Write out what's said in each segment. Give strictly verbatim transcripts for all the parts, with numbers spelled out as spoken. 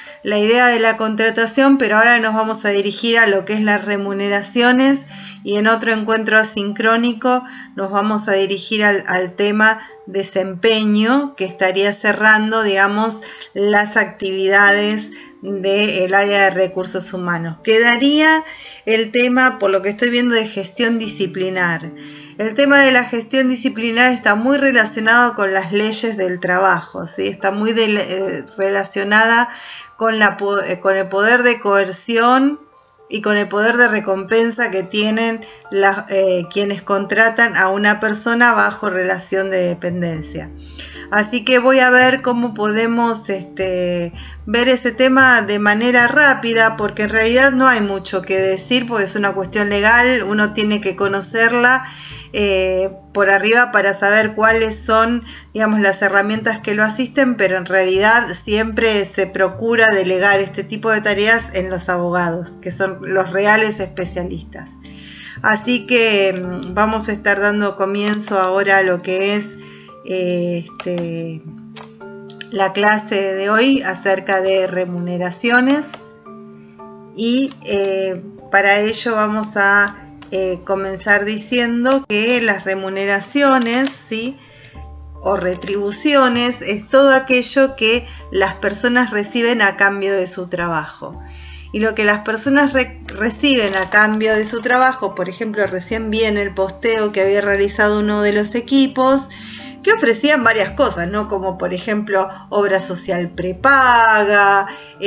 la idea de la contratación, pero ahora nos vamos a dirigir a lo que es las remuneraciones, y en otro encuentro asincrónico nos vamos a dirigir al, al tema desempeño, que estaría cerrando, digamos, las actividades del área de recursos humanos. Quedaría el tema, por lo que estoy viendo, de gestión disciplinar. El tema de la gestión disciplinar está muy relacionado con las leyes del trabajo, ¿sí? Está muy de, eh, relacionada con, la, con el poder de coerción y con el poder de recompensa que tienen las, eh, quienes contratan a una persona bajo relación de dependencia. Así que voy a ver cómo podemos este, ver ese tema de manera rápida, porque en realidad no hay mucho que decir, porque es una cuestión legal, uno tiene que conocerla eh, por arriba para saber cuáles son, digamos, las herramientas que lo asisten, pero en realidad siempre se procura delegar este tipo de tareas en los abogados, que son los reales especialistas. Así que vamos a estar dando comienzo ahora a lo que es Este, la clase de hoy acerca de remuneraciones, y eh, para ello vamos a eh, comenzar diciendo que las remuneraciones, ¿sí?, o retribuciones es todo aquello que las personas reciben a cambio de su trabajo. Y lo que las personas re reciben a cambio de su trabajo, por ejemplo, recién vi en el posteo que había realizado uno de los equipos, que ofrecían varias cosas, ¿no? Como por ejemplo obra social prepaga,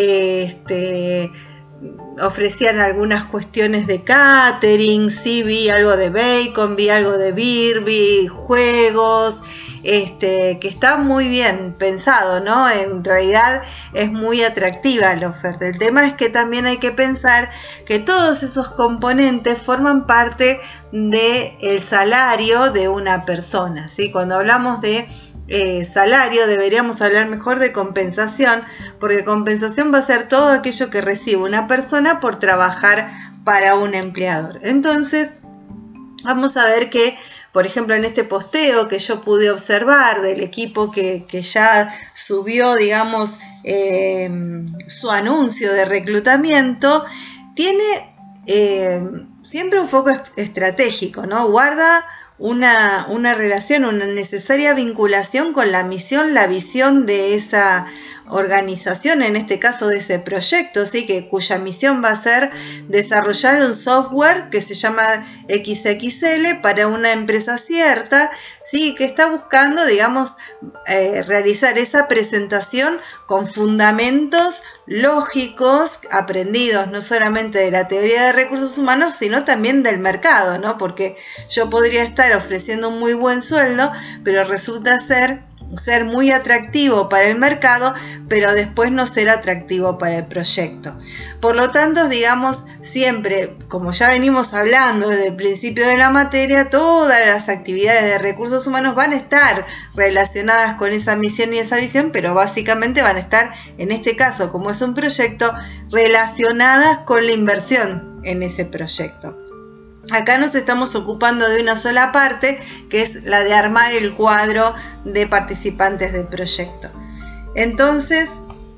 este, ofrecían algunas cuestiones de catering, sí, vi algo de bacon, vi algo de beer, vi juegos, este, que está muy bien pensado, ¿no? En realidad es muy atractiva la oferta. El tema es que también hay que pensar que todos esos componentes forman parte del salario de una persona, ¿sí? Cuando hablamos de eh, salario deberíamos hablar mejor de compensación, porque compensación va a ser todo aquello que recibe una persona por trabajar para un empleador. Entonces vamos a ver que, por ejemplo, en este posteo que yo pude observar del equipo que, que ya subió, digamos, eh, su anuncio de reclutamiento, tiene eh, siempre un foco estratégico, ¿no? Guarda una, una relación, una necesaria vinculación con la misión, la visión de esa organización, en este caso de ese proyecto, ¿sí?, que cuya misión va a ser desarrollar un software que se llama equis equis ele para una empresa cierta, ¿sí?, que está buscando, digamos, eh, realizar esa presentación con fundamentos lógicos aprendidos no solamente de la teoría de recursos humanos, sino también del mercado, ¿no? Porque yo podría estar ofreciendo un muy buen sueldo, pero resulta ser ser muy atractivo para el mercado, pero después no ser atractivo para el proyecto. Por lo tanto, digamos, siempre, como ya venimos hablando desde el principio de la materia, todas las actividades de recursos humanos van a estar relacionadas con esa misión y esa visión, pero básicamente van a estar, en este caso, como es un proyecto, relacionadas con la inversión en ese proyecto. Acá nos estamos ocupando de una sola parte, que es la de armar el cuadro de participantes del proyecto. Entonces,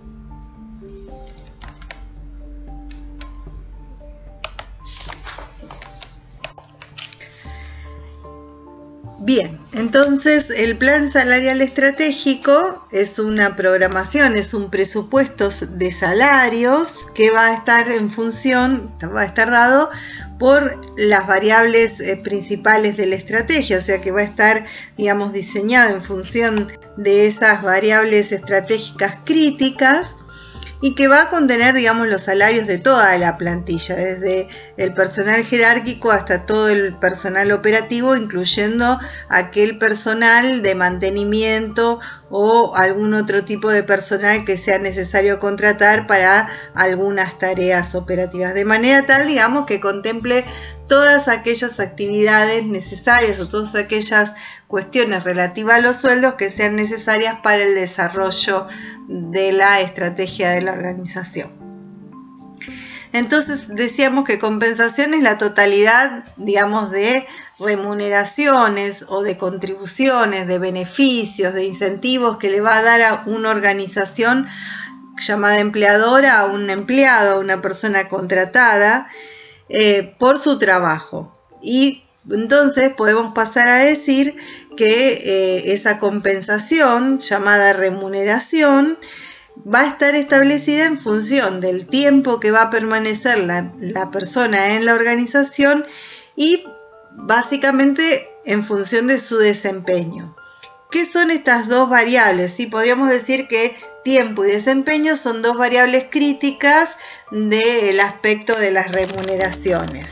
bien, entonces el plan salarial estratégico es una programación, es un presupuesto de salarios que va a estar en función, va a estar dado por las variables eh, principales de la estrategia, o sea que va a estar, digamos, diseñado en función de esas variables estratégicas críticas, y que va a contener, digamos, los salarios de toda la plantilla, desde el personal jerárquico hasta todo el personal operativo, incluyendo aquel personal de mantenimiento o algún otro tipo de personal que sea necesario contratar para algunas tareas operativas, de manera tal, digamos, que contemple todas aquellas actividades necesarias o todas aquellas cuestiones relativas a los sueldos que sean necesarias para el desarrollo de la estrategia de la organización. Entonces decíamos que compensación es la totalidad, digamos, de remuneraciones o de contribuciones, de beneficios, de incentivos que le va a dar a una organización llamada empleadora a un empleado, a una persona contratada eh, por su trabajo. Y entonces podemos pasar a decir que eh, esa compensación, llamada remuneración, va a estar establecida en función del tiempo que va a permanecer la, la persona en la organización y básicamente en función de su desempeño. ¿Qué son estas dos variables? Sí, podríamos decir que tiempo y desempeño son dos variables críticas del aspecto de las remuneraciones.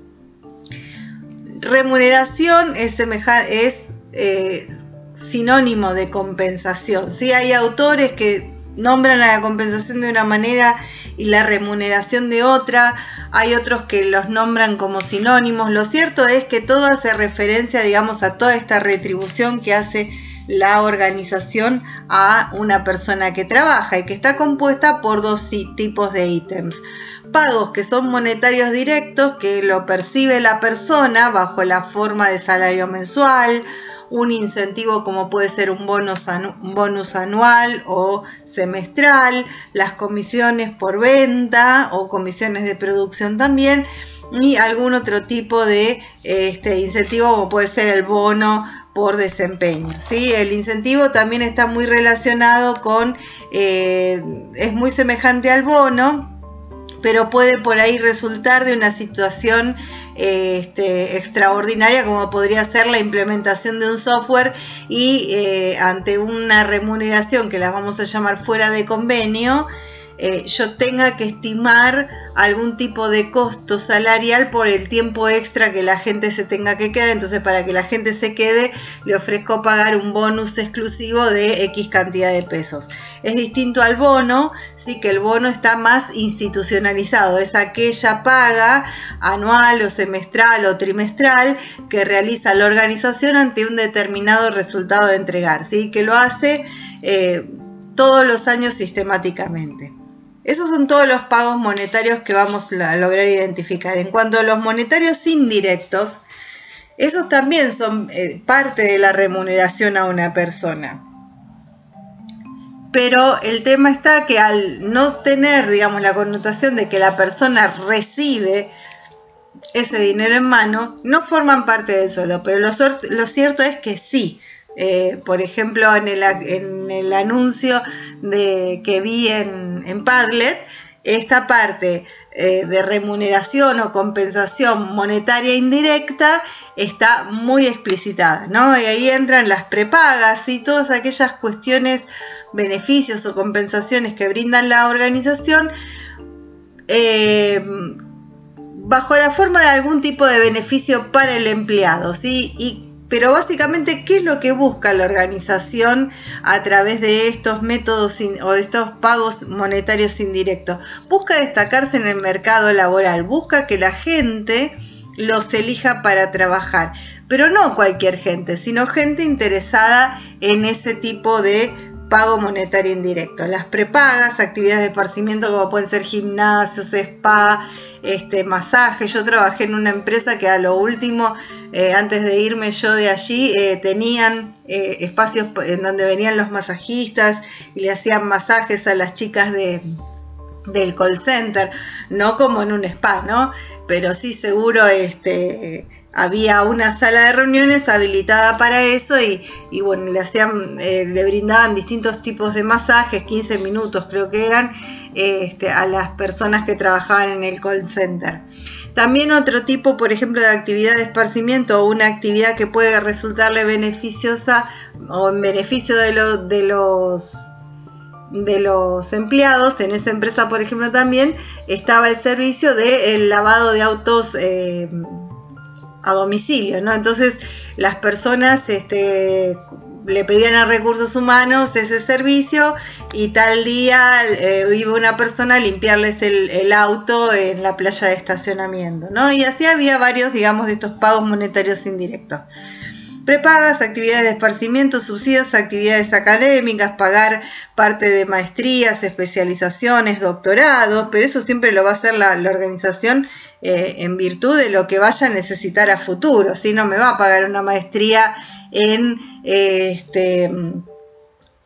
Remuneración es, es eh, sinónimo de compensación. ¿Sí? Hay autores que nombran a la compensación de una manera y la remuneración de otra, hay otros que los nombran como sinónimos. Lo cierto es que todo hace referencia, digamos, a toda esta retribución que hace la organización a una persona que trabaja y que está compuesta por dos tipos de ítems. Pagos que son monetarios directos, que lo percibe la persona bajo la forma de salario mensual, un incentivo como puede ser un bonus, anu un bonus anual o semestral, las comisiones por venta o comisiones de producción también, y algún otro tipo de este, incentivo como puede ser el bono por desempeño. ¿Sí? El incentivo también está muy relacionado con, eh, es muy semejante al bono, pero puede por ahí resultar de una situación Este, extraordinaria como podría ser la implementación de un software y eh, ante una remuneración que las vamos a llamar fuera de convenio, eh, yo tenga que estimar algún tipo de costo salarial por el tiempo extra que la gente se tenga que quedar. Entonces, para que la gente se quede, le ofrezco pagar un bonus exclusivo de X cantidad de pesos. Es distinto al bono, sí, que el bono está más institucionalizado, es aquella paga anual o semestral o trimestral que realiza la organización ante un determinado resultado de entregar, sí, que lo hace eh, todos los años sistemáticamente. Esos son todos los pagos monetarios que vamos a lograr identificar. En cuanto a los monetarios indirectos, esos también son eh, parte de la remuneración a una persona. Pero el tema está que al no tener, digamos, la connotación de que la persona recibe ese dinero en mano, no forman parte del sueldo. Pero lo, lo cierto es que sí. Eh, por ejemplo, en el, en el anuncio de, que vi en, en Padlet, esta parte eh, de remuneración o compensación monetaria indirecta está muy explicitada, ¿no? Y ahí entran las prepagas y todas aquellas cuestiones, beneficios o compensaciones que brindan la organización eh, bajo la forma de algún tipo de beneficio para el empleado, ¿sí? Y Pero básicamente, ¿qué es lo que busca la organización a través de estos métodos o de estos pagos monetarios indirectos? Busca destacarse en el mercado laboral, busca que la gente los elija para trabajar, pero no cualquier gente, sino gente interesada en ese tipo de pago monetario indirecto. Las prepagas, actividades de esparcimiento como pueden ser gimnasios, spa, este, masajes. Yo trabajé en una empresa que a lo último, eh, antes de irme yo de allí, eh, tenían eh, espacios en donde venían los masajistas y le hacían masajes a las chicas de, del call center, no como en un spa, ¿no? Pero sí seguro este, había una sala de reuniones habilitada para eso y, y bueno, le hacían, eh, le brindaban distintos tipos de masajes, quince minutos creo que eran, este, a las personas que trabajaban en el call center. También otro tipo, por ejemplo, de actividad de esparcimiento o una actividad que puede resultarle beneficiosa o en beneficio de, lo, de los de los empleados. En esa empresa, por ejemplo, también estaba el servicio del lavado de autos eh, a domicilio, ¿no? Entonces las personas este, le pedían a recursos humanos ese servicio y tal día eh, iba una persona a limpiarles el, el auto en la playa de estacionamiento, ¿no? Y así había varios, digamos, de estos pagos monetarios indirectos. Prepagas, actividades de esparcimiento, subsidios, actividades académicas, pagar parte de maestrías, especializaciones, doctorados, pero eso siempre lo va a hacer la, la organización eh, en virtud de lo que vaya a necesitar a futuro. Si no me va a pagar una maestría en, eh, este,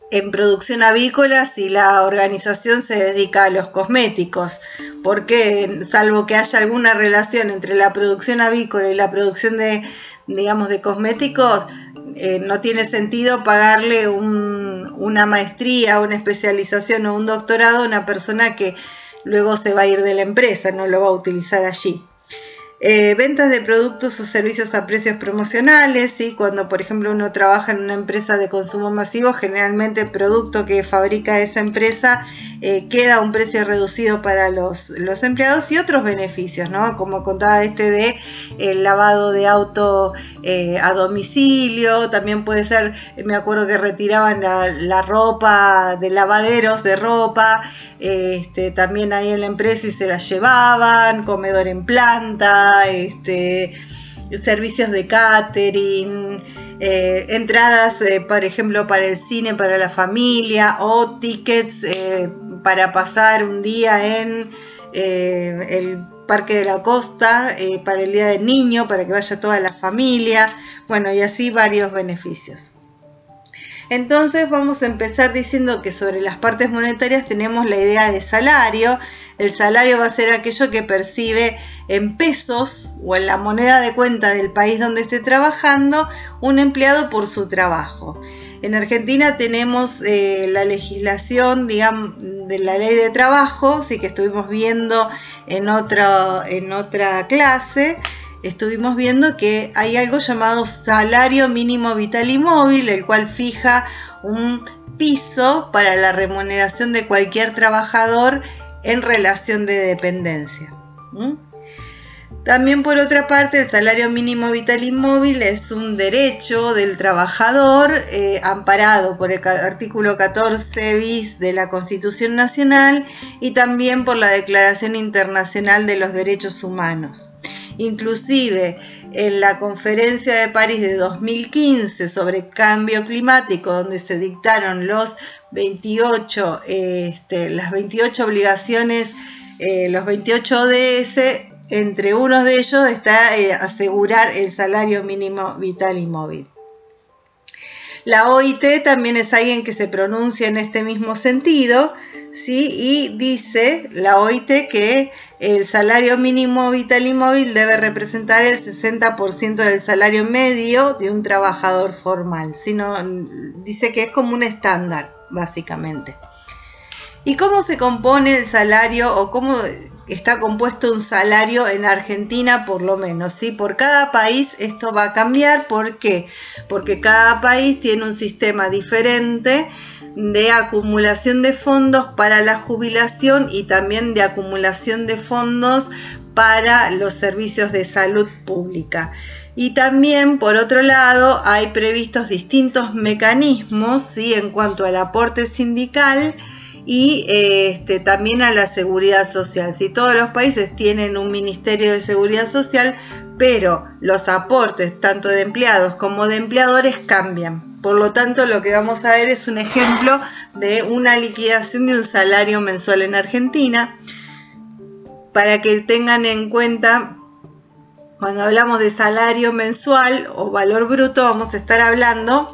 en producción avícola si la organización se dedica a los cosméticos, porque salvo que haya alguna relación entre la producción avícola y la producción de, digamos, de cosméticos, eh, no tiene sentido pagarle un, una maestría, una especialización o un doctorado a una persona que luego se va a ir de la empresa, no lo va a utilizar allí. Eh, ventas de productos o servicios a precios promocionales, ¿sí? Cuando por ejemplo uno trabaja en una empresa de consumo masivo, generalmente el producto que fabrica esa empresa eh, queda a un precio reducido para los, los empleados, y otros beneficios, ¿no? Como contaba este de el lavado de auto eh, a domicilio. También puede ser, me acuerdo que retiraban la, la ropa de lavaderos de ropa, eh, este, también ahí en la empresa y se la llevaban, comedor en planta, este, servicios de catering, eh, entradas, eh, por ejemplo, para el cine, para la familia, o tickets eh, para pasar un día en eh, el Parque de la Costa, eh, para el Día del Niño, para que vaya toda la familia, bueno, y así varios beneficios. Entonces vamos a empezar diciendo que sobre las partes monetarias tenemos la idea de salario. El salario va a ser aquello que percibe en pesos o en la moneda de cuenta del país donde esté trabajando un empleado por su trabajo. En Argentina tenemos eh, la legislación, digamos, de la ley de trabajo, sí, que estuvimos viendo en otra, en otra clase. Estuvimos viendo que hay algo llamado salario mínimo vital y móvil, el cual fija un piso para la remuneración de cualquier trabajador en relación de dependencia. ¿Mm? También, por otra parte, el salario mínimo vital y móvil es un derecho del trabajador eh, amparado por el artículo catorce bis de la Constitución Nacional y también por la Declaración Internacional de los Derechos Humanos. Inclusive en la Conferencia de París de dos mil quince sobre cambio climático, donde se dictaron los veintiocho, este, las veintiocho obligaciones, eh, los veintiocho O D S, entre unos de ellos está eh, asegurar el salario mínimo vital y móvil. La O I T también es alguien que se pronuncia en este mismo sentido, ¿sí? Y dice la O I T que el salario mínimo vital y móvil debe representar el sesenta por ciento del salario medio de un trabajador formal. Sino, dice que es como un estándar, básicamente. ¿Y cómo se compone el salario, o cómo está compuesto un salario en Argentina, por lo menos? ¿Sí? Por cada país esto va a cambiar. ¿Por qué? Porque cada país tiene un sistema diferente de acumulación de fondos para la jubilación y también de acumulación de fondos para los servicios de salud pública. Y también, por otro lado, hay previstos distintos mecanismos, ¿sí? En cuanto al aporte sindical y eh, este, también a la seguridad social. Si todos los países tienen un Ministerio de Seguridad Social, pero los aportes tanto de empleados como de empleadores cambian. Por lo tanto, lo que vamos a ver es un ejemplo de una liquidación de un salario mensual en Argentina, para que tengan en cuenta, cuando hablamos de salario mensual o valor bruto, vamos a estar hablando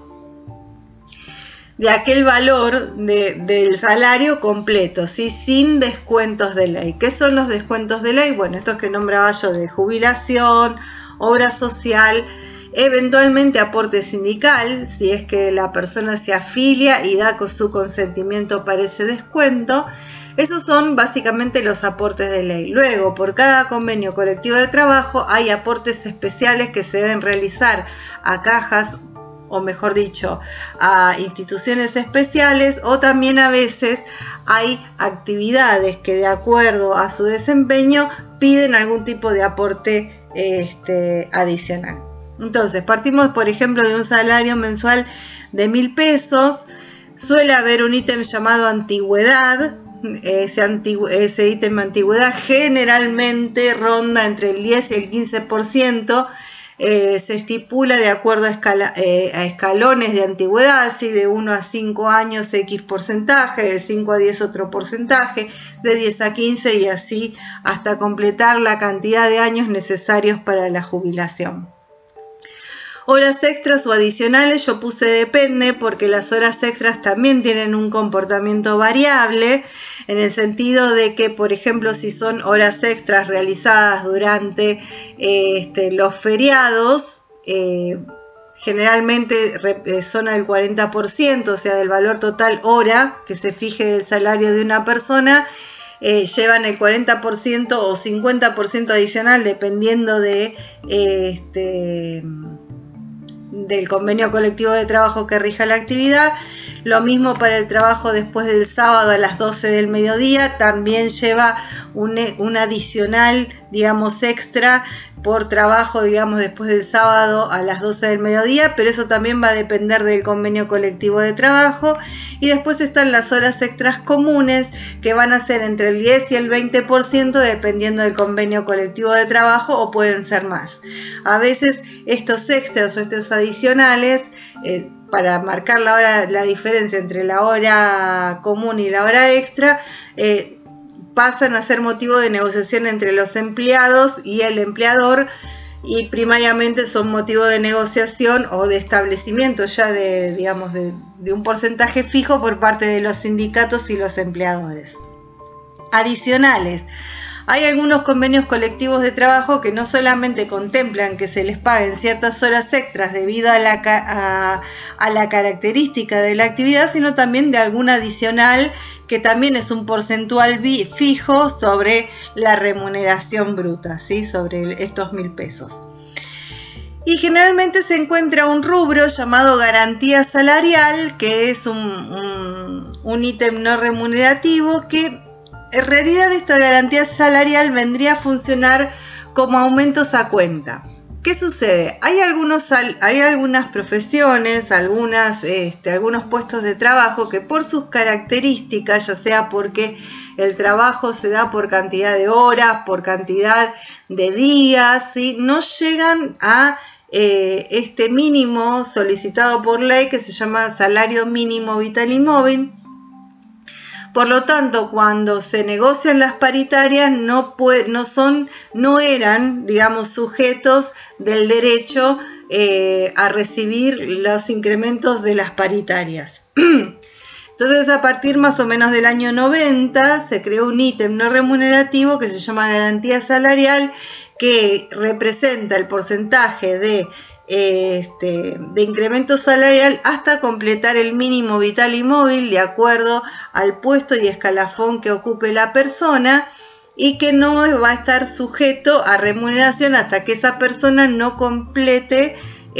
de aquel valor de, del salario completo, ¿sí? Sin descuentos de ley. ¿Qué son los descuentos de ley? Bueno, estos que nombraba yo, de jubilación, obra social, eventualmente aporte sindical, si es que la persona se afilia y da con su consentimiento para ese descuento. Esos son básicamente los aportes de ley. Luego, por cada convenio colectivo de trabajo hay aportes especiales que se deben realizar a cajas, o mejor dicho, a instituciones especiales, o también a veces hay actividades que, de acuerdo a su desempeño, piden algún tipo de aporte este, adicional. Entonces, partimos, por ejemplo, de un salario mensual de mil pesos. Suele haber un ítem llamado antigüedad. Ese, antigu ese ítem antigüedad generalmente ronda entre el diez y el quince por ciento. Eh, se estipula de acuerdo a, escala, eh, a escalones de antigüedad, ¿sí? De uno a cinco años X porcentaje, de cinco a diez otro porcentaje, de diez a quince y así hasta completar la cantidad de años necesarios para la jubilación. Horas extras o adicionales yo puse depende porque las horas extras también tienen un comportamiento variable en el sentido de que, por ejemplo, si son horas extras realizadas durante eh, este, los feriados, eh, generalmente son el cuarenta por ciento, o sea, del valor total hora que se fije del salario de una persona, eh, llevan el cuarenta por ciento o cincuenta por ciento adicional dependiendo de eh, este, del convenio colectivo de trabajo que rija la actividad. Lo mismo para el trabajo después del sábado a las doce del mediodía, también lleva un, un adicional, digamos, extra por trabajo, digamos, después del sábado a las doce del mediodía, pero eso también va a depender del convenio colectivo de trabajo. Y después están las horas extras comunes, que van a ser entre el diez y el veinte por ciento dependiendo del convenio colectivo de trabajo, o pueden ser más. A veces estos extras o estos adicionales, eh, para marcar la hora, la diferencia entre la hora común y la hora extra, eh, pasan a ser motivo de negociación entre los empleados y el empleador, y primariamente son motivo de negociación o de establecimiento ya de, digamos, de, de un porcentaje fijo por parte de los sindicatos y los empleadores. Adicionales. Hay algunos convenios colectivos de trabajo que no solamente contemplan que se les paguen ciertas horas extras debido a la, a, a la característica de la actividad, sino también de algún adicional que también es un porcentual fijo sobre la remuneración bruta, ¿sí? Sobre estos mil pesos. Y generalmente se encuentra un rubro llamado garantía salarial, que es un, un, un ítem no remunerativo que en realidad esta garantía salarial vendría a funcionar como aumentos a cuenta. ¿Qué sucede? Hay, algunos, hay algunas profesiones, algunas, este, algunos puestos de trabajo que por sus características, ya sea porque el trabajo se da por cantidad de horas, por cantidad de días, ¿sí?, no llegan a eh, este mínimo solicitado por ley que se llama salario mínimo vital y móvil. Por lo tanto, cuando se negocian las paritarias, no, puede, no, son, no eran, digamos, sujetos del derecho eh, a recibir los incrementos de las paritarias. Entonces, a partir más o menos del año noventa, se creó un ítem no remunerativo que se llama garantía salarial, que representa el porcentaje de Este, de incremento salarial hasta completar el mínimo vital y móvil de acuerdo al puesto y escalafón que ocupe la persona, y que no va a estar sujeto a remuneración hasta que esa persona no complete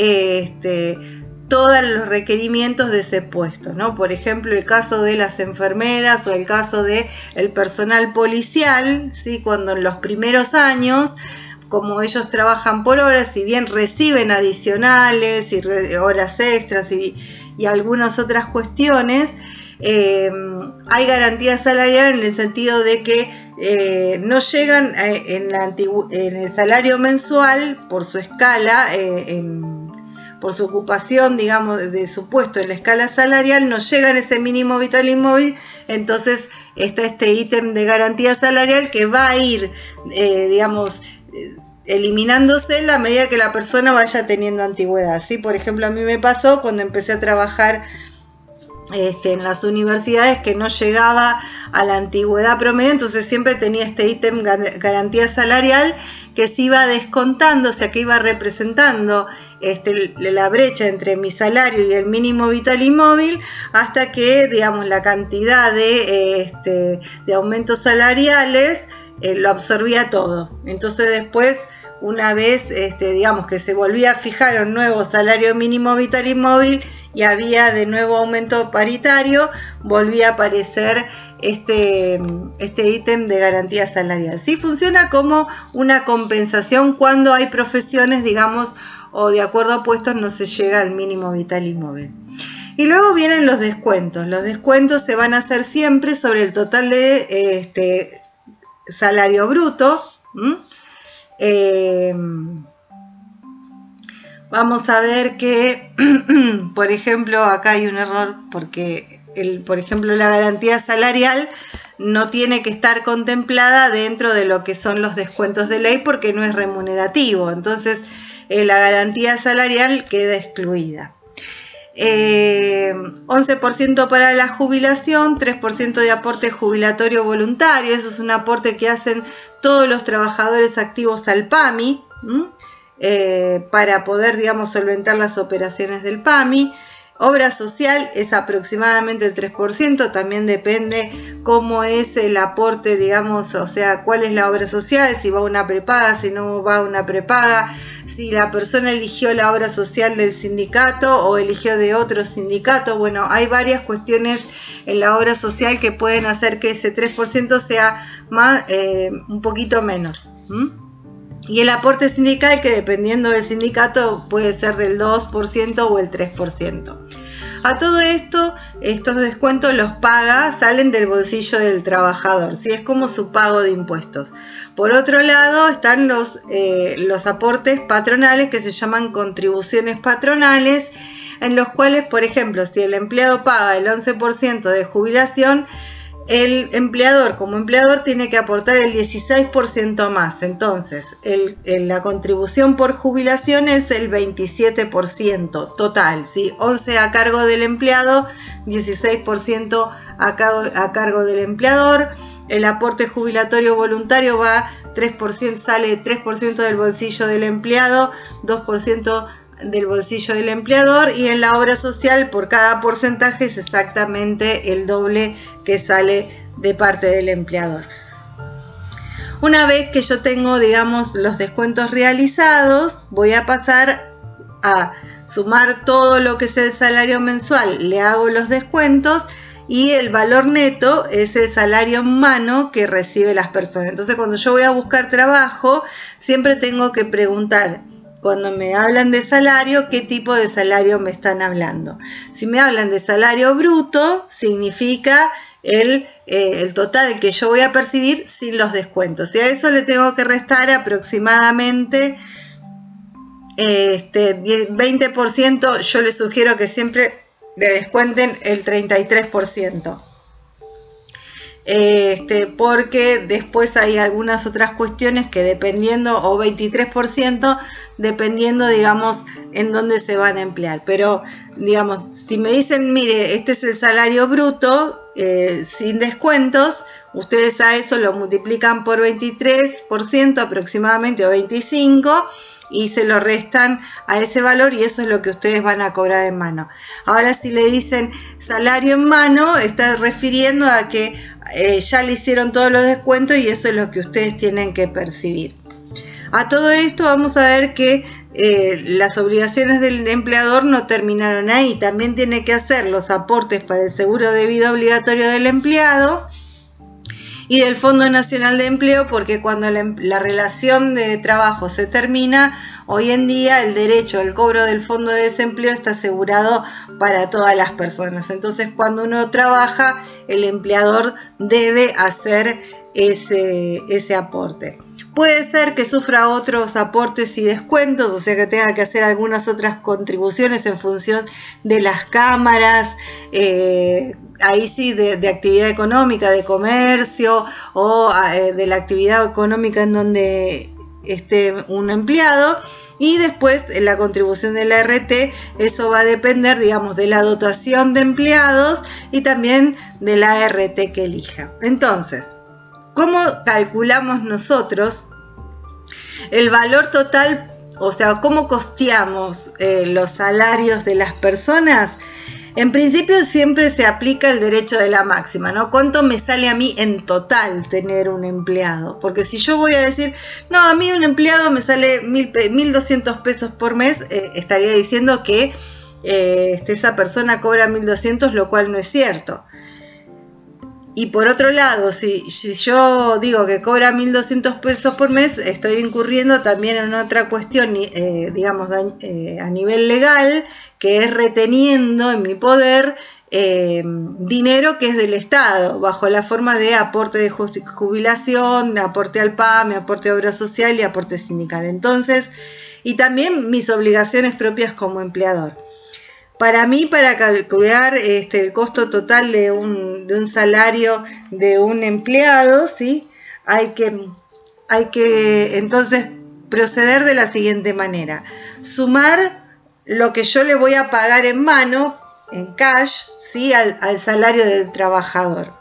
este, todos los requerimientos de ese puesto, ¿no? Por ejemplo, el caso de las enfermeras o el caso del personal policial, ¿sí? Cuando en los primeros años, como ellos trabajan por horas, si bien reciben adicionales y re, horas extras y, y algunas otras cuestiones, eh, hay garantía salarial en el sentido de que eh, no llegan a, en, la antigu, en el salario mensual por su escala, eh, en, por su ocupación, digamos, de su puesto en la escala salarial, no llegan a ese mínimo vital y móvil. Entonces está este ítem de garantía salarial que va a ir, eh, digamos, eliminándose en la medida que la persona vaya teniendo antigüedad, ¿sí? Por ejemplo, a mí me pasó cuando empecé a trabajar este, en las universidades que no llegaba a la antigüedad promedio, entonces siempre tenía este ítem garantía salarial que se iba descontando, o sea que iba representando este, la brecha entre mi salario y el mínimo vital y móvil, hasta que, digamos, la cantidad de, este, de aumentos salariales Eh, lo absorbía todo. Entonces después, una vez este, digamos que se volvía a fijar un nuevo salario mínimo vital y móvil y había de nuevo aumento paritario, volvía a aparecer este, este ítem de garantía salarial. Sí, funciona como una compensación cuando hay profesiones, digamos, o de acuerdo a puestos no se llega al mínimo vital y móvil. Y luego vienen los descuentos. Los descuentos se van a hacer siempre sobre el total de este, salario bruto. ¿Mm? Eh, vamos a ver que, por ejemplo, acá hay un error porque, el, por ejemplo, la garantía salarial no tiene que estar contemplada dentro de lo que son los descuentos de ley porque no es remunerativo. Entonces, eh, la garantía salarial queda excluida. Eh, once por ciento para la jubilación, tres por ciento de aporte jubilatorio voluntario. Eso es un aporte que hacen todos los trabajadores activos al PAMI, ¿m? Eh, para poder, digamos, solventar las operaciones del PAMI. Obra social es aproximadamente el tres por ciento, también depende cómo es el aporte, digamos, o sea, cuál es la obra social, si va a una prepaga, si no va a una prepaga, si la persona eligió la obra social del sindicato o eligió de otro sindicato. Bueno, hay varias cuestiones en la obra social que pueden hacer que ese tres por ciento sea más, eh, un poquito menos. ¿Mm? Y el aporte sindical, que dependiendo del sindicato puede ser del dos por ciento o el tres por ciento. A todo esto, estos descuentos los paga, salen del bolsillo del trabajador, ¿sí? Es como su pago de impuestos. Por otro lado, están los, eh, los aportes patronales, que se llaman contribuciones patronales, en los cuales, por ejemplo, si el empleado paga el once por ciento de jubilación, el empleador como empleador tiene que aportar el dieciséis por ciento más. Entonces, el, el, la contribución por jubilación es el veintisiete por ciento total, ¿sí? once por ciento a cargo del empleado, dieciséis por ciento a cargo, a cargo del empleador. El aporte jubilatorio voluntario va tres por ciento, sale tres por ciento del bolsillo del empleado, dos por ciento del bolsillo del empleador, y en la obra social por cada porcentaje es exactamente el doble que sale de parte del empleador. Una vez que yo tengo, digamos, los descuentos realizados, voy a pasar a sumar todo lo que es el salario mensual, le hago los descuentos y el valor neto es el salario en mano que recibe las personas. Entonces, cuando yo voy a buscar trabajo, siempre tengo que preguntar, cuando me hablan de salario, ¿qué tipo de salario me están hablando? Si me hablan de salario bruto, significa el, eh, el total que yo voy a percibir sin los descuentos. Y a eso le tengo que restar aproximadamente este, veinte por ciento. Yo les sugiero que siempre le descuenten el treinta y tres por ciento. Este, porque después hay algunas otras cuestiones que dependiendo, o veintitrés por ciento, dependiendo, digamos, en dónde se van a emplear. Pero, digamos, si me dicen, mire, este es el salario bruto, eh, sin descuentos, ustedes a eso lo multiplican por veintitrés por ciento aproximadamente, o veinticinco por ciento, y se lo restan a ese valor, y eso es lo que ustedes van a cobrar en mano. Ahora, si le dicen salario en mano, está refiriendo a que eh, ya le hicieron todos los descuentos y eso es lo que ustedes tienen que percibir. A todo esto vamos a ver que eh, las obligaciones del empleador no terminaron ahí. También tiene que hacer los aportes para el seguro de vida obligatorio del empleado y del Fondo Nacional de Empleo, porque cuando la, la relación de trabajo se termina, hoy en día el derecho al cobro del Fondo de Desempleo está asegurado para todas las personas. Entonces, cuando uno trabaja, el empleador debe hacer ese, ese aporte. Puede ser que sufra otros aportes y descuentos, o sea que tenga que hacer algunas otras contribuciones en función de las cámaras, eh, ahí sí de, de actividad económica, de comercio, o eh, de la actividad económica en donde esté un empleado. Y después la contribución de la R T, eso va a depender, digamos, de la dotación de empleados y también de la R T que elija. Entonces, ¿cómo calculamos nosotros el valor total? O sea, ¿cómo costeamos eh, los salarios de las personas? En principio siempre se aplica el derecho de la máxima, ¿no? ¿Cuánto me sale a mí en total tener un empleado? Porque si yo voy a decir, no, a mí un empleado me sale mil doscientos pesos por mes, eh, estaría diciendo que eh, esa persona cobra mil doscientos, lo cual no es cierto. Y por otro lado, si, si yo digo que cobra mil doscientos pesos por mes, estoy incurriendo también en otra cuestión, eh, digamos, eh, a nivel legal, que es reteniendo en mi poder eh, dinero que es del Estado, bajo la forma de aporte de jubilación, de aporte al PAMI, aporte a obra social y aporte sindical. Entonces, y también mis obligaciones propias como empleador. Para mí, para calcular este, el costo total de un, de un salario de un empleado, ¿sí? hay, que, hay que entonces proceder de la siguiente manera. sumar lo que yo le voy a pagar en mano, en cash, ¿sí? al, al salario del trabajador.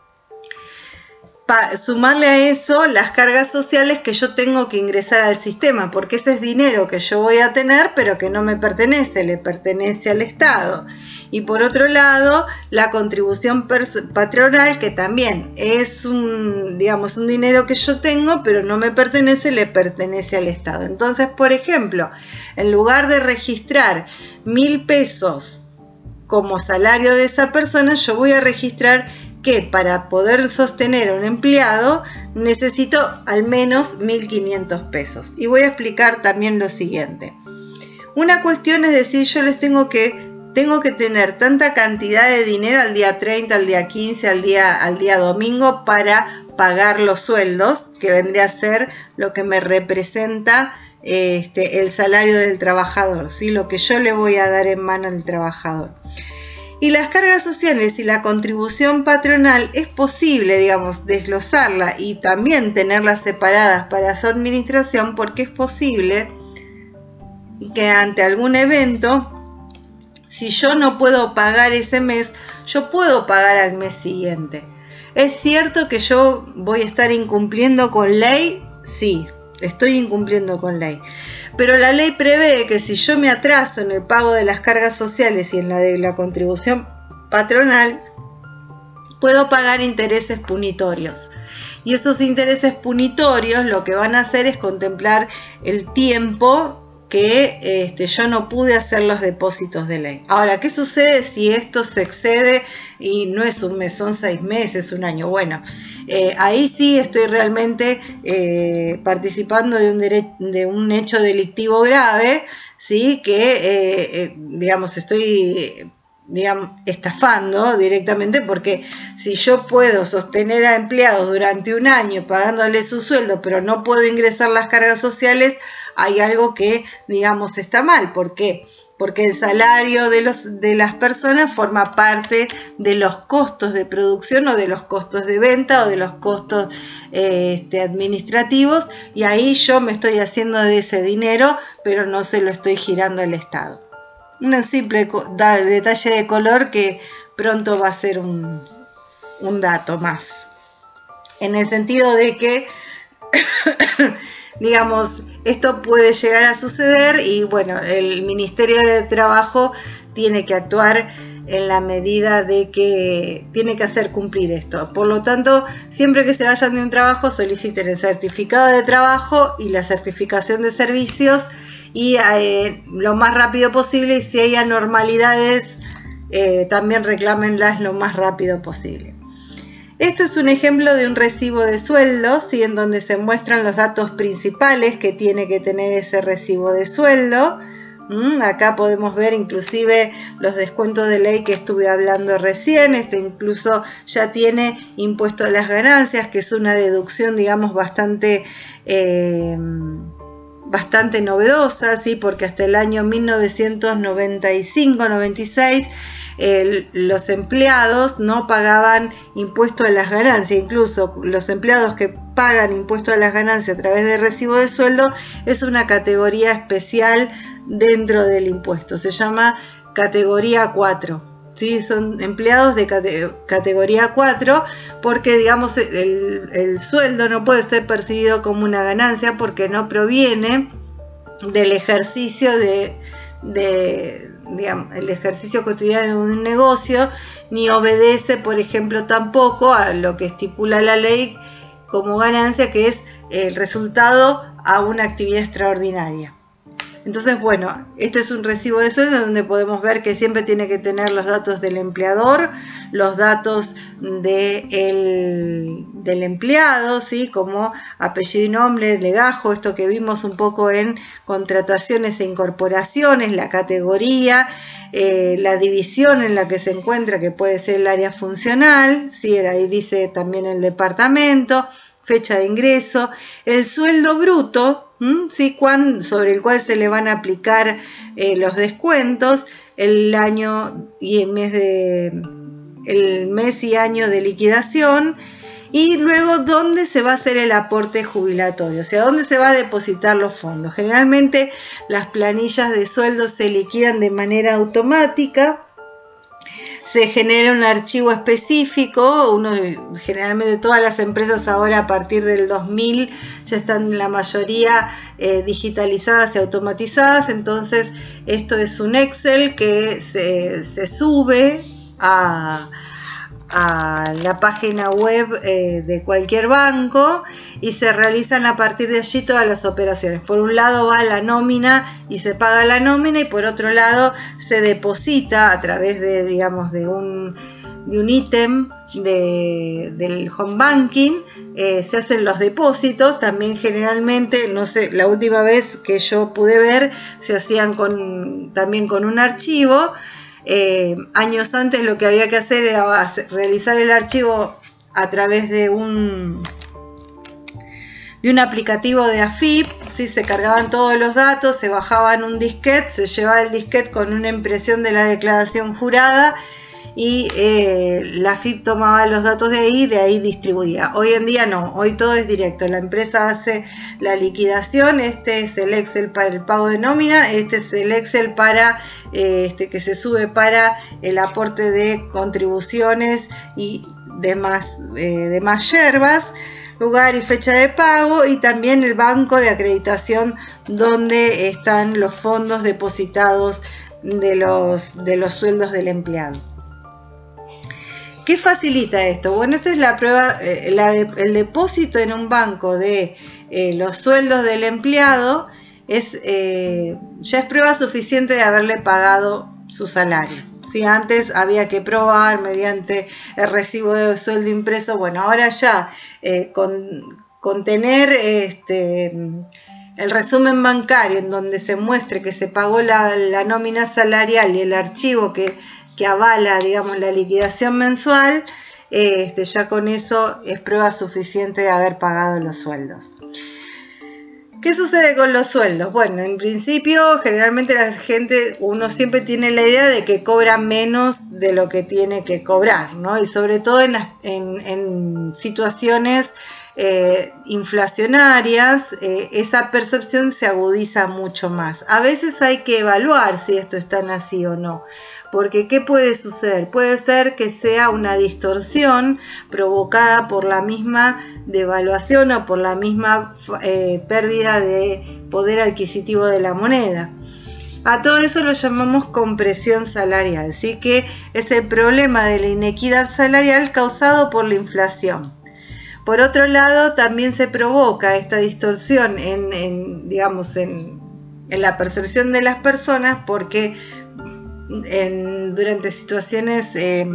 Pa, sumarle a eso las cargas sociales que yo tengo que ingresar al sistema, porque ese es dinero que yo voy a tener, pero que no me pertenece, le pertenece al Estado. Y por otro lado, la contribución patronal, que también es un, digamos, un dinero que yo tengo, pero no me pertenece, le pertenece al Estado. Entonces, por ejemplo, en lugar de registrar mil pesos como salario de esa persona, yo voy a registrar que para poder sostener a un empleado necesito al menos mil quinientos pesos. Y voy a explicar también lo siguiente. Una cuestión es decir, yo les tengo que, tengo que tener tanta cantidad de dinero al día treinta, al día quince, al día, al día domingo para pagar los sueldos, que vendría a ser lo que me representa este, el salario del trabajador, ¿sí? Lo que yo le voy a dar en mano al trabajador. Y las cargas sociales y la contribución patronal es posible, digamos, desglosarla y también tenerlas separadas para su administración, porque es posible que ante algún evento, si yo no puedo pagar ese mes, yo puedo pagar al mes siguiente. ¿Es cierto que yo voy a estar incumpliendo con ley? Sí, estoy incumpliendo con ley. Pero la ley prevé que si yo me atraso en el pago de las cargas sociales y en la de la contribución patronal, puedo pagar intereses punitorios. Y esos intereses punitorios lo que van a hacer es contemplar el tiempo que este, yo no pude hacer los depósitos de ley. Ahora, ¿qué sucede si esto se excede y no es un mes, son seis meses, un año? Bueno, eh, ahí sí estoy realmente eh, participando de un, de un hecho delictivo grave, ¿sí? Que, eh, eh, digamos, estoy... digamos, estafando directamente, porque si yo puedo sostener a empleados durante un año pagándoles su sueldo, pero no puedo ingresar las cargas sociales, hay algo que, digamos, está mal. ¿Por qué? Porque el salario de, los, de las personas forma parte de los costos de producción o de los costos de venta o de los costos eh, este, administrativos, y ahí yo me estoy haciendo de ese dinero, pero no se lo estoy girando al Estado. Un simple detalle de color que pronto va a ser un, un dato más. En el sentido de que, digamos, esto puede llegar a suceder y bueno, el Ministerio de Trabajo tiene que actuar en la medida de que tiene que hacer cumplir esto. Por lo tanto, siempre que se vayan de un trabajo, soliciten el certificado de trabajo y la certificación de servicios, y eh, lo más rápido posible, y si hay anormalidades eh, también reclámenlas lo más rápido posible. Este es un ejemplo de un recibo de sueldo, ¿sí? En donde se muestran los datos principales que tiene que tener ese recibo de sueldo. ¿Mm? Acá podemos ver inclusive los descuentos de ley que estuve hablando recién. Este incluso ya tiene impuesto a las ganancias, que es una deducción, digamos, bastante... Eh, bastante novedosa, ¿sí? Porque hasta el año mil novecientos noventa y cinco noventa y seis eh, los empleados no pagaban impuesto a las ganancias. Incluso los empleados que pagan impuesto a las ganancias a través de recibo de sueldo es una categoría especial dentro del impuesto, se llama categoría cuatro. ¿Sí? Son empleados de cate categoría cuatro, porque digamos el, el sueldo no puede ser percibido como una ganancia porque no proviene del ejercicio de, de digamos, el ejercicio cotidiano de un negocio, ni obedece, por ejemplo, tampoco a lo que estipula la ley como ganancia, que es el resultado a una actividad extraordinaria. Entonces, bueno, este es un recibo de sueldo donde podemos ver que siempre tiene que tener los datos del empleador, los datos de el, del empleado, ¿sí? Como apellido y nombre, legajo, esto que vimos un poco en contrataciones e incorporaciones, la categoría, eh, la división en la que se encuentra, que puede ser el área funcional, ¿sí? Ahí dice también el departamento, fecha de ingreso, el sueldo bruto, ¿sí? Cuán, sobre el cual se le van a aplicar eh, los descuentos, el año y el mes de el mes y año de liquidación, y luego dónde se va a hacer el aporte jubilatorio, o sea, dónde se va a depositar los fondos. Generalmente las planillas de sueldos se liquidan de manera automática. Se genera un archivo específico, uno, generalmente todas las empresas ahora a partir del dos mil ya están la mayoría eh, digitalizadas y automatizadas, entonces esto es un Excel que se, se sube a, a la página web eh, de cualquier banco y se realizan a partir de allí todas las operaciones. Por un lado va la nómina y se paga la nómina, y por otro lado se deposita a través de, digamos, de un de un ítem de, del home banking, eh, se hacen los depósitos. También generalmente, no sé, la última vez que yo pude ver, se hacían con, también con un archivo. Eh, años antes lo que había que hacer era hacer, realizar el archivo a través de un de un aplicativo de A F I P, ¿sí? Se cargaban todos los datos, se bajaban un disquete, se llevaba el disquete con una impresión de la declaración jurada y eh, la A F I P tomaba los datos de ahí y de ahí distribuía. Hoy en día no, hoy todo es directo, la empresa hace la liquidación, este es el Excel para el pago de nómina, este es el Excel para eh, este que se sube para el aporte de contribuciones y demás, eh, demás yerbas, lugar y fecha de pago, y también el banco de acreditación donde están los fondos depositados de los, de los sueldos del empleado. ¿Qué facilita esto? Bueno, esta es la prueba, eh, la de, el depósito en un banco de eh, los sueldos del empleado es, eh, ya es prueba suficiente de haberle pagado su salario. Si antes había que probar mediante el recibo de sueldo impreso, bueno, ahora ya eh, con, con tener este, el resumen bancario en donde se muestre que se pagó la, la nómina salarial y el archivo que, que avala, digamos, la liquidación mensual, eh, este, ya con eso es prueba suficiente de haber pagado los sueldos. ¿Qué sucede con los sueldos? Bueno, en principio, generalmente la gente, uno siempre tiene la idea de que cobra menos de lo que tiene que cobrar, ¿no? Y sobre todo en, en, en situaciones eh, inflacionarias, eh, esa percepción se agudiza mucho más. A veces hay que evaluar si esto es tan así o no. Porque ¿qué puede suceder? Puede ser que sea una distorsión provocada por la misma devaluación o por la misma eh, pérdida de poder adquisitivo de la moneda. A todo eso lo llamamos compresión salarial, ¿sí? Que es el problema de la inequidad salarial causado por la inflación. Por otro lado, también se provoca esta distorsión en, en digamos, en, en la percepción de las personas porque En, durante situaciones eh,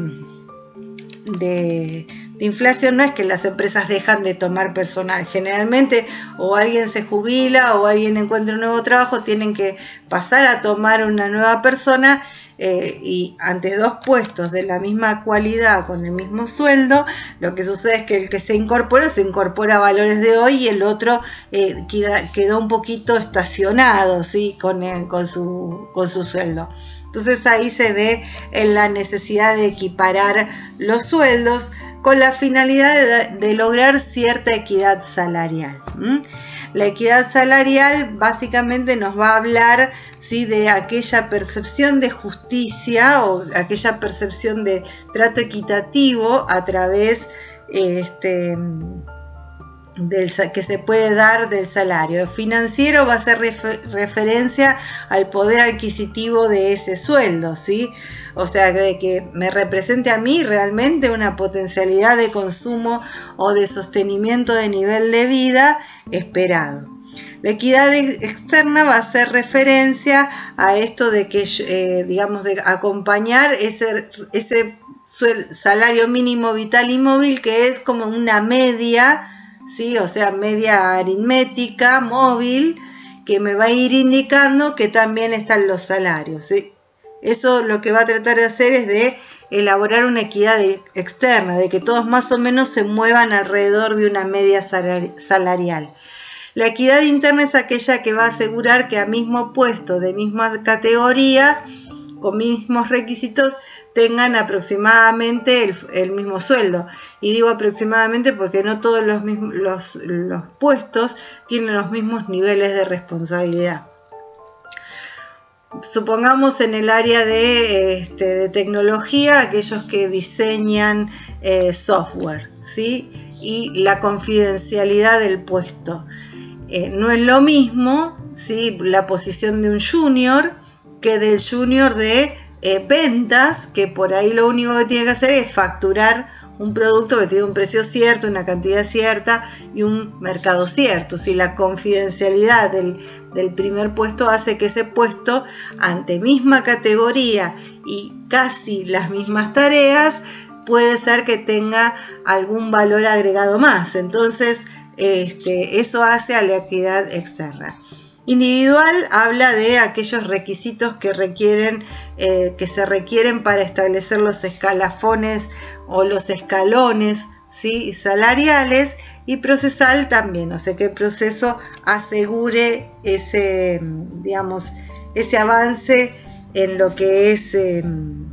de, de inflación no es que las empresas dejan de tomar personal. Generalmente o alguien se jubila o alguien encuentra un nuevo trabajo, tienen que pasar a tomar una nueva persona eh, y ante dos puestos de la misma cualidad con el mismo sueldo, lo que sucede es que el que se incorpora se incorpora a valores de hoy y el otro eh, queda, quedó un poquito estacionado, ¿sí? con, el, con, su, con su sueldo. Entonces ahí se ve en la necesidad de equiparar los sueldos con la finalidad de, de lograr cierta equidad salarial. ¿Mm? La equidad salarial básicamente nos va a hablar, ¿sí? de aquella percepción de justicia o aquella percepción de trato equitativo a través este, Del, que se puede dar del salario. El financiero va a hacer refer, referencia al poder adquisitivo de ese sueldo, ¿sí? O sea, de que me represente a mí realmente una potencialidad de consumo o de sostenimiento de nivel de vida esperado. La equidad externa va a hacer referencia a esto de que, eh, digamos, de acompañar ese, ese salario mínimo vital y móvil, que es como una media, ¿sí? O sea, media aritmética, móvil, que me va a ir indicando que también están los salarios, ¿sí? Eso lo que va a tratar de hacer es de elaborar una equidad externa, de que todos más o menos se muevan alrededor de una media salarial. La equidad interna es aquella que va a asegurar que a mismo puesto, de misma categoría, con mismos requisitos, tengan aproximadamente el, el mismo sueldo. Y digo aproximadamente porque no todos los, mismos, los, los puestos tienen los mismos niveles de responsabilidad. Supongamos en el área de, este, de tecnología, aquellos que diseñan eh, software, ¿sí? Y la confidencialidad del puesto. Eh, no es lo mismo, ¿sí?, la posición de un junior que del junior de eh, ventas, que por ahí lo único que tiene que hacer es facturar un producto que tiene un precio cierto, una cantidad cierta y un mercado cierto. Si la confidencialidad del, del primer puesto hace que ese puesto, ante misma categoría y casi las mismas tareas, puede ser que tenga algún valor agregado más. Entonces, este, eso hace a la equidad externa. Individual habla de aquellos requisitos que requieren, eh, que se requieren para establecer los escalafones o los escalones, ¿sí?, salariales, y procesal también, o sea que el proceso asegure ese, digamos, ese avance en lo que es eh,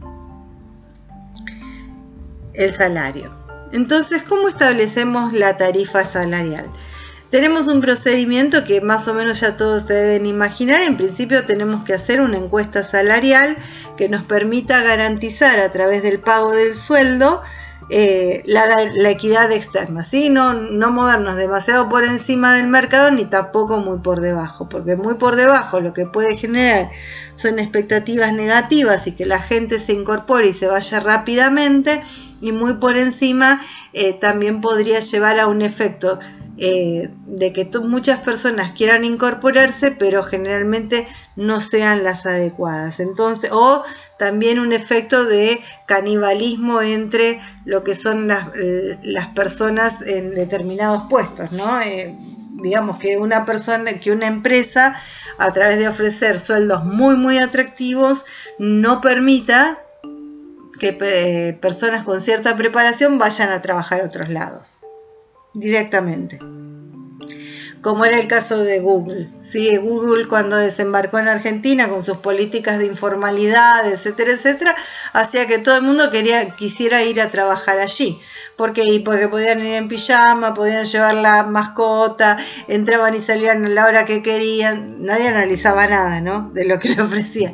el salario. Entonces, ¿cómo establecemos la tarifa salarial? Tenemos un procedimiento que más o menos ya todos se deben imaginar. En principio tenemos que hacer una encuesta salarial que nos permita garantizar a través del pago del sueldo eh, la, la equidad externa, ¿sí? No, no movernos demasiado por encima del mercado ni tampoco muy por debajo, porque muy por debajo lo que puede generar son expectativas negativas y que la gente se incorpore y se vaya rápidamente, y muy por encima eh, también podría llevar a un efecto Eh, de que muchas personas quieran incorporarse pero generalmente no sean las adecuadas. Entonces, o también un efecto de canibalismo entre lo que son las, las personas en determinados puestos, ¿no? Eh, digamos que una persona, que una empresa, a través de ofrecer sueldos muy muy atractivos, no permita que eh, personas con cierta preparación vayan a trabajar a otros lados directamente, como era el caso de Google, ¿sí? Google, cuando desembarcó en Argentina con sus políticas de informalidad, etcétera, etcétera, hacía que todo el mundo quería, quisiera ir a trabajar allí. ¿Por qué? Y porque podían ir en pijama, podían llevar la mascota, entraban y salían a la hora que querían, nadie analizaba nada, ¿no?, de lo que le ofrecían.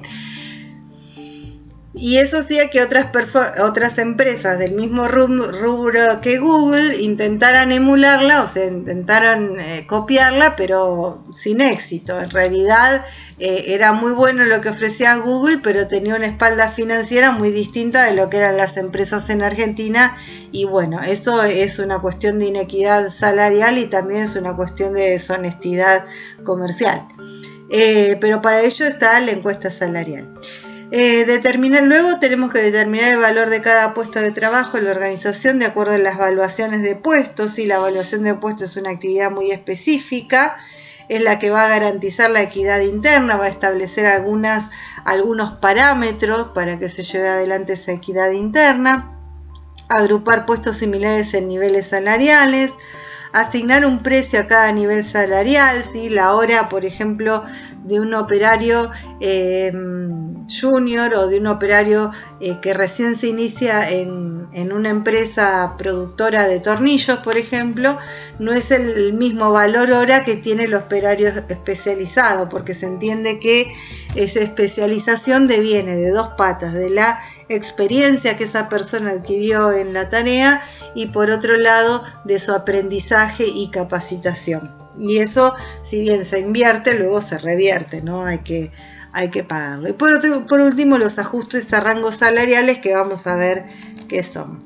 Y eso hacía que otras, otras empresas del mismo rubro que Google intentaran emularla, o sea, intentaran eh, copiarla, pero sin éxito. En realidad eh, era muy bueno lo que ofrecía Google, pero tenía una espalda financiera muy distinta de lo que eran las empresas en Argentina. Y bueno, eso es una cuestión de inequidad salarial y también es una cuestión de deshonestidad comercial. Eh, pero para ello está la encuesta salarial. Eh, determinar, luego tenemos que determinar el valor de cada puesto de trabajo en la organización de acuerdo a las evaluaciones de puestos. Y la evaluación de puestos es una actividad muy específica, es la que va a garantizar la equidad interna, va a establecer algunas, algunos parámetros para que se lleve adelante esa equidad interna, agrupar puestos similares en niveles salariales, asignar un precio a cada nivel salarial, ¿sí? La hora, por ejemplo, de un operario eh, junior o de un operario eh, que recién se inicia en, en una empresa productora de tornillos, por ejemplo, no es el mismo valor hora que tiene el operario especializado, porque se entiende que esa especialización deviene de dos patas: de la experiencia que esa persona adquirió en la tarea y, por otro lado, de su aprendizaje y capacitación. Y eso, si bien se invierte, luego se revierte, ¿no? Hay que, hay que pagarlo. Y por, otro, por último, los ajustes a rangos salariales, que vamos a ver qué son.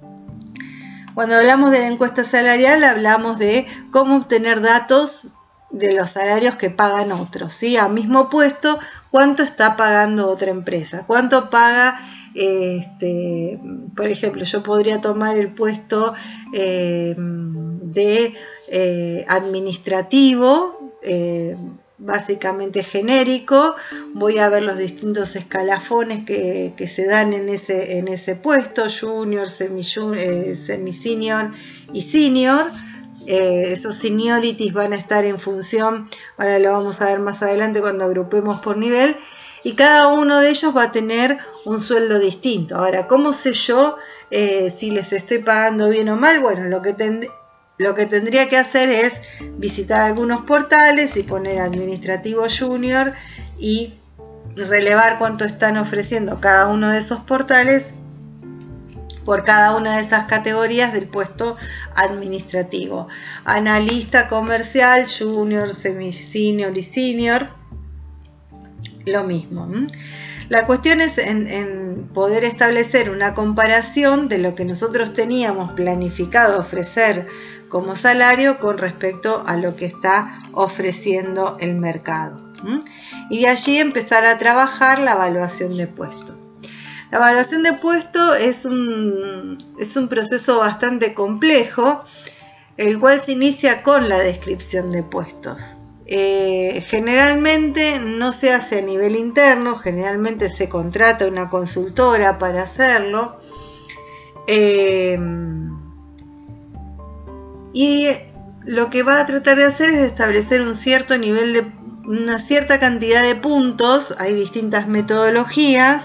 Cuando hablamos de la encuesta salarial, hablamos de cómo obtener datos de los salarios que pagan otros, ¿sí? A mismo puesto, ¿cuánto está pagando otra empresa? ¿Cuánto paga, este, por ejemplo, yo podría tomar el puesto eh, de eh, administrativo, eh, básicamente genérico, voy a ver los distintos escalafones que, que se dan en ese, en ese puesto: junior, semi, eh, semi-senior y senior. Eh, esos seniorities van a estar en función, ahora lo vamos a ver más adelante cuando agrupemos por nivel, y cada uno de ellos va a tener un sueldo distinto. Ahora, ¿cómo sé yo eh, si les estoy pagando bien o mal? Bueno, lo que, tend lo que tendría que hacer es visitar algunos portales y poner administrativo junior y relevar cuánto están ofreciendo cada uno de esos portales por cada una de esas categorías del puesto administrativo. Analista comercial, junior, semi-senior y senior, lo mismo. La cuestión es en, en poder establecer una comparación de lo que nosotros teníamos planificado ofrecer como salario con respecto a lo que está ofreciendo el mercado. Y de allí empezar a trabajar la evaluación de puesto. La evaluación de puesto es un, es un proceso bastante complejo, el cual se inicia con la descripción de puestos. Eh, generalmente no se hace a nivel interno, generalmente se contrata una consultora para hacerlo. Eh, y lo que va a tratar de hacer es establecer un cierto nivel de, una cierta cantidad de puntos. Hay distintas metodologías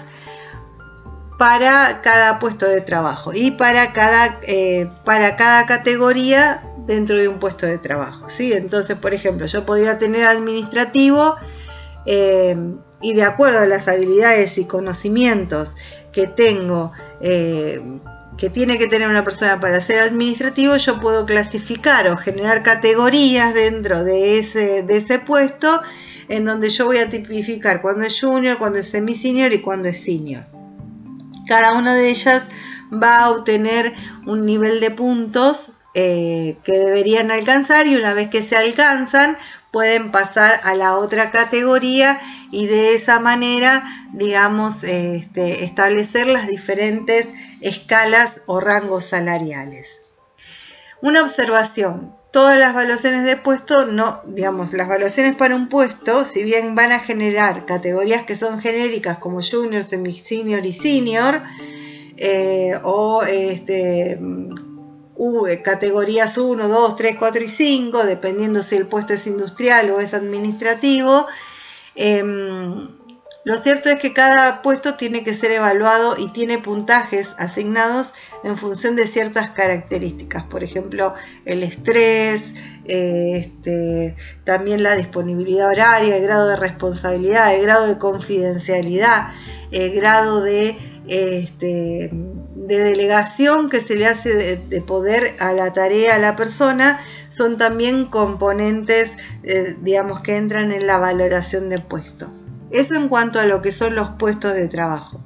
para cada puesto de trabajo y para cada, eh, para cada categoría dentro de un puesto de trabajo, ¿sí? Entonces, por ejemplo, yo podría tener administrativo eh, y de acuerdo a las habilidades y conocimientos que tengo, eh, que tiene que tener una persona para ser administrativo, yo puedo clasificar o generar categorías dentro de ese, de ese puesto en donde yo voy a tipificar cuándo es junior, cuándo es semi-senior y cuándo es senior. Cada una de ellas va a obtener un nivel de puntos eh, que deberían alcanzar, y una vez que se alcanzan pueden pasar a la otra categoría y de esa manera, digamos, este, establecer las diferentes escalas o rangos salariales. Una observación: todas las evaluaciones de puesto, no, digamos, las evaluaciones para un puesto, si bien van a generar categorías que son genéricas como junior, semi-senior y senior, eh, o este, uh, categorías uno, dos, tres, cuatro y cinco, dependiendo si el puesto es industrial o es administrativo, eh, lo cierto es que cada puesto tiene que ser evaluado y tiene puntajes asignados en función de ciertas características. Por ejemplo, el estrés, eh, este, también la disponibilidad horaria, el grado de responsabilidad, el grado de confidencialidad, el grado de, este, de delegación que se le hace de, de poder a la tarea a la persona. Son también componentes, eh, digamos, que entran en la valoración de puesto. Eso en cuanto a lo que son los puestos de trabajo.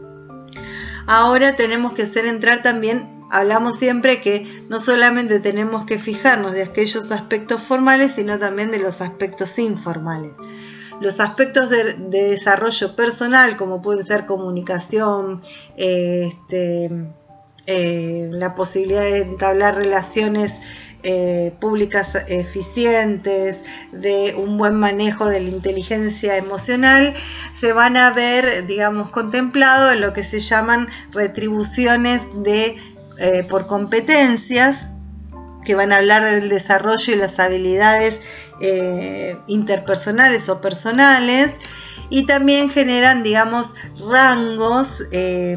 Ahora tenemos que hacer entrar también, hablamos siempre que no solamente tenemos que fijarnos de aquellos aspectos formales, sino también de los aspectos informales. Los aspectos de, de desarrollo personal, como pueden ser comunicación, eh, este, eh, la posibilidad de entablar relaciones Eh, públicas eficientes, de un buen manejo de la inteligencia emocional, se van a ver, digamos, contemplados en lo que se llaman retribuciones de, eh, por competencias, que van a hablar del desarrollo y las habilidades eh, interpersonales o personales, y también generan, digamos, rangos eh,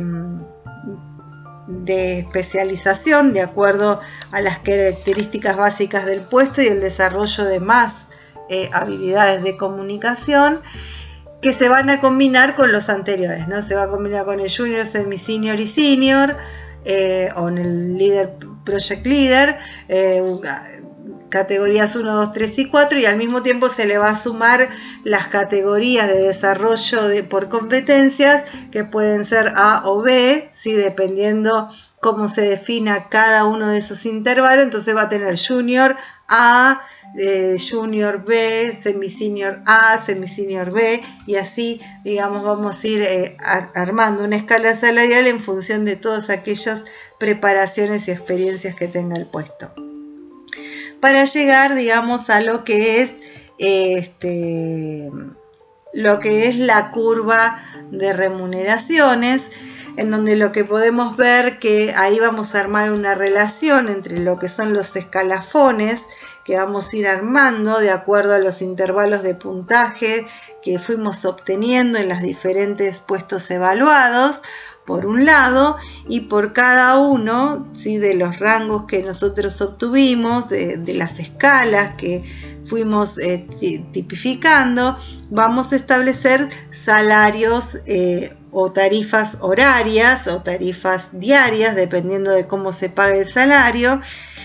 de especialización de acuerdo a las características básicas del puesto y el desarrollo de más eh, habilidades de comunicación, que se van a combinar con los anteriores, ¿no? Se va a combinar con el junior, semi-senior y senior, eh, o en el líder, project leader, eh, categorías uno, dos, tres y cuatro, y al mismo tiempo se le va a sumar las categorías de desarrollo de, por competencias, que pueden ser A o B, ¿sí? Dependiendo cómo se defina cada uno de esos intervalos. Entonces va a tener junior A, eh, junior B, semi-senior A, semi-senior B, y así, digamos, vamos a ir eh, armando una escala salarial en función de todas aquellas preparaciones y experiencias que tenga el puesto, para llegar, digamos, a lo que es este, lo que es la curva de remuneraciones, en donde lo que podemos ver que ahí vamos a armar una relación entre lo que son los escalafones que vamos a ir armando de acuerdo a los intervalos de puntaje que fuimos obteniendo en los diferentes puestos evaluados, por un lado, y por cada uno, ¿sí?, de los rangos que nosotros obtuvimos, de, de las escalas que fuimos eh, tipificando, vamos a establecer salarios eh, o tarifas horarias o tarifas diarias, dependiendo de cómo se pague el salario.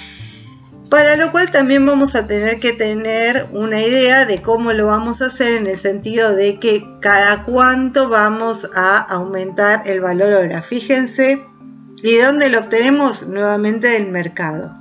Para lo cual también vamos a tener que tener una idea de cómo lo vamos a hacer, en el sentido de que cada cuánto vamos a aumentar el valor hora. Fíjense, ¿y de dónde lo obtenemos? Nuevamente del mercado.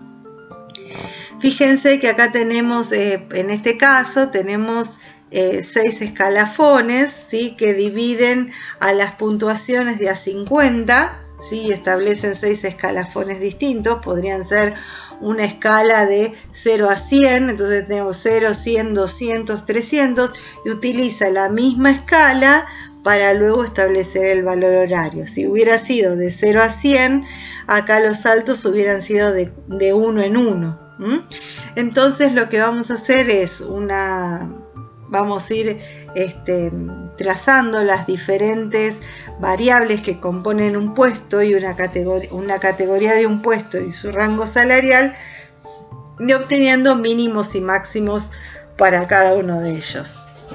Fíjense que acá tenemos, eh, en este caso, tenemos eh, seis escalafones, ¿sí?, que dividen a las puntuaciones de a cincuenta, ¿sí?, establecen seis escalafones distintos. Podrían ser una escala de cero a cien, entonces tenemos cero, cien, doscientos, trescientos, y utiliza la misma escala para luego establecer el valor horario. Si hubiera sido de cero a cien, acá los saltos hubieran sido de, de uno en uno. ¿Mm? Entonces lo que vamos a hacer es una... Vamos a ir este, trazando las diferentes variables que componen un puesto y una categoría, una categoría de un puesto y su rango salarial, y obteniendo mínimos y máximos para cada uno de ellos.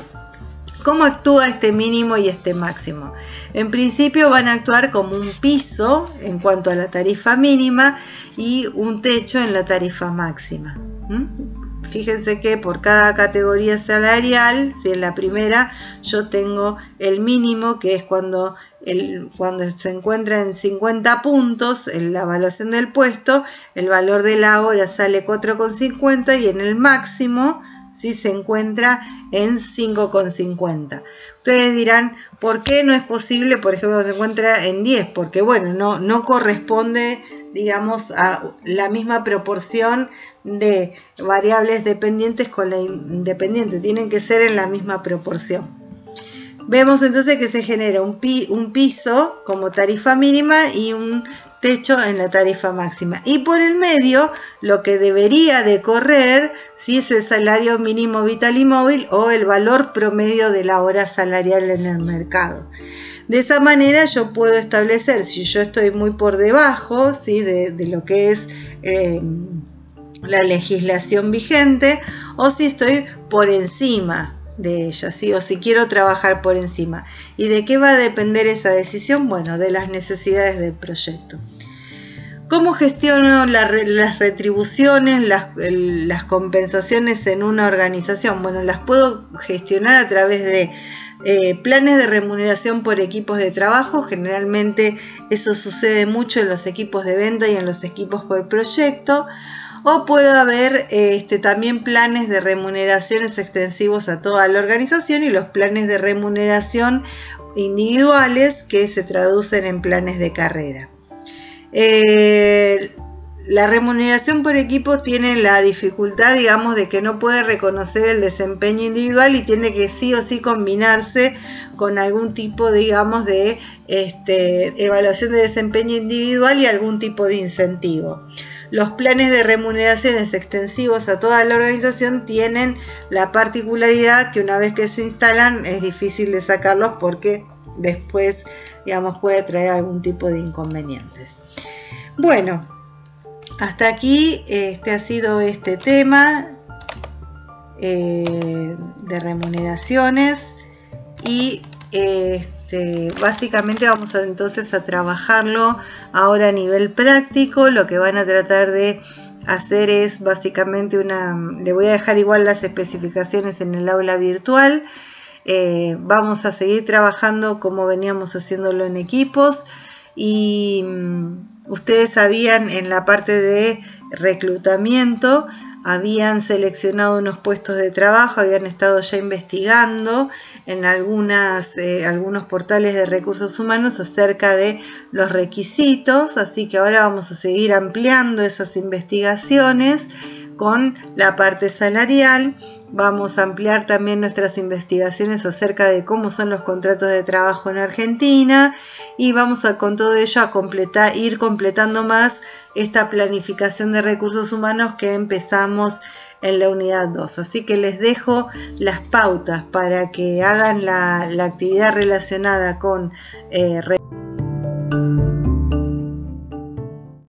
¿Cómo actúa este mínimo y este máximo? En principio van a actuar como un piso en cuanto a la tarifa mínima y un techo en la tarifa máxima. ¿Mm? Fíjense que por cada categoría salarial, si en la primera yo tengo el mínimo, que es cuando, el, cuando se encuentra en cincuenta puntos en la evaluación del puesto, el valor de la hora sale cuatro con cincuenta, y en el máximo, ¿sí?, se encuentra en cinco con cincuenta. Ustedes dirán, ¿por qué no es posible, por ejemplo, se encuentra en diez? Porque, bueno, no, no corresponde, digamos, a la misma proporción de variables dependientes con la independiente. Tienen que ser en la misma proporción. Vemos entonces que se genera un, pi, un piso como tarifa mínima y un techo en la tarifa máxima. Y por el medio, lo que debería de correr, si es el salario mínimo vital y móvil o el valor promedio de la hora salarial en el mercado. De esa manera yo puedo establecer si yo estoy muy por debajo, ¿sí?, de, de lo que es eh, la legislación vigente, o si estoy por encima de ella, ¿sí?, o si quiero trabajar por encima. ¿Y de qué va a depender esa decisión? Bueno, de las necesidades del proyecto. ¿Cómo gestiono la, las retribuciones, las, las compensaciones en una organización? Bueno, las puedo gestionar a través de eh, planes de remuneración por equipos de trabajo. Generalmente eso sucede mucho en los equipos de venta y en los equipos por proyecto. O puede haber este, también planes de remuneraciones extensivos a toda la organización, y los planes de remuneración individuales que se traducen en planes de carrera. Eh, la remuneración por equipo tiene la dificultad, digamos, de que no puede reconocer el desempeño individual y tiene que sí o sí combinarse con algún tipo, digamos, de este, evaluación de desempeño individual y algún tipo de incentivo. Los planes de remuneraciones extensivos a toda la organización tienen la particularidad que una vez que se instalan es difícil de sacarlos porque después, digamos, puede traer algún tipo de inconvenientes. Bueno, hasta aquí este ha sido este tema eh, de remuneraciones y eh, Este, básicamente vamos a, entonces a trabajarlo ahora a nivel práctico. Lo que van a tratar de hacer es básicamente una... Le voy a dejar igual las especificaciones en el aula virtual. Eh, vamos a seguir trabajando como veníamos haciéndolo en equipos. Y um, ustedes sabían en la parte de reclutamiento, habían seleccionado unos puestos de trabajo, habían estado ya investigando en algunas, eh, algunos portales de recursos humanos acerca de los requisitos, así que ahora vamos a seguir ampliando esas investigaciones con la parte salarial. Vamos a ampliar también nuestras investigaciones acerca de cómo son los contratos de trabajo en Argentina y vamos a con todo ello a completar, ir completando más esta planificación de recursos humanos que empezamos en la unidad dos. Así que les dejo las pautas para que hagan la, la actividad relacionada con eh,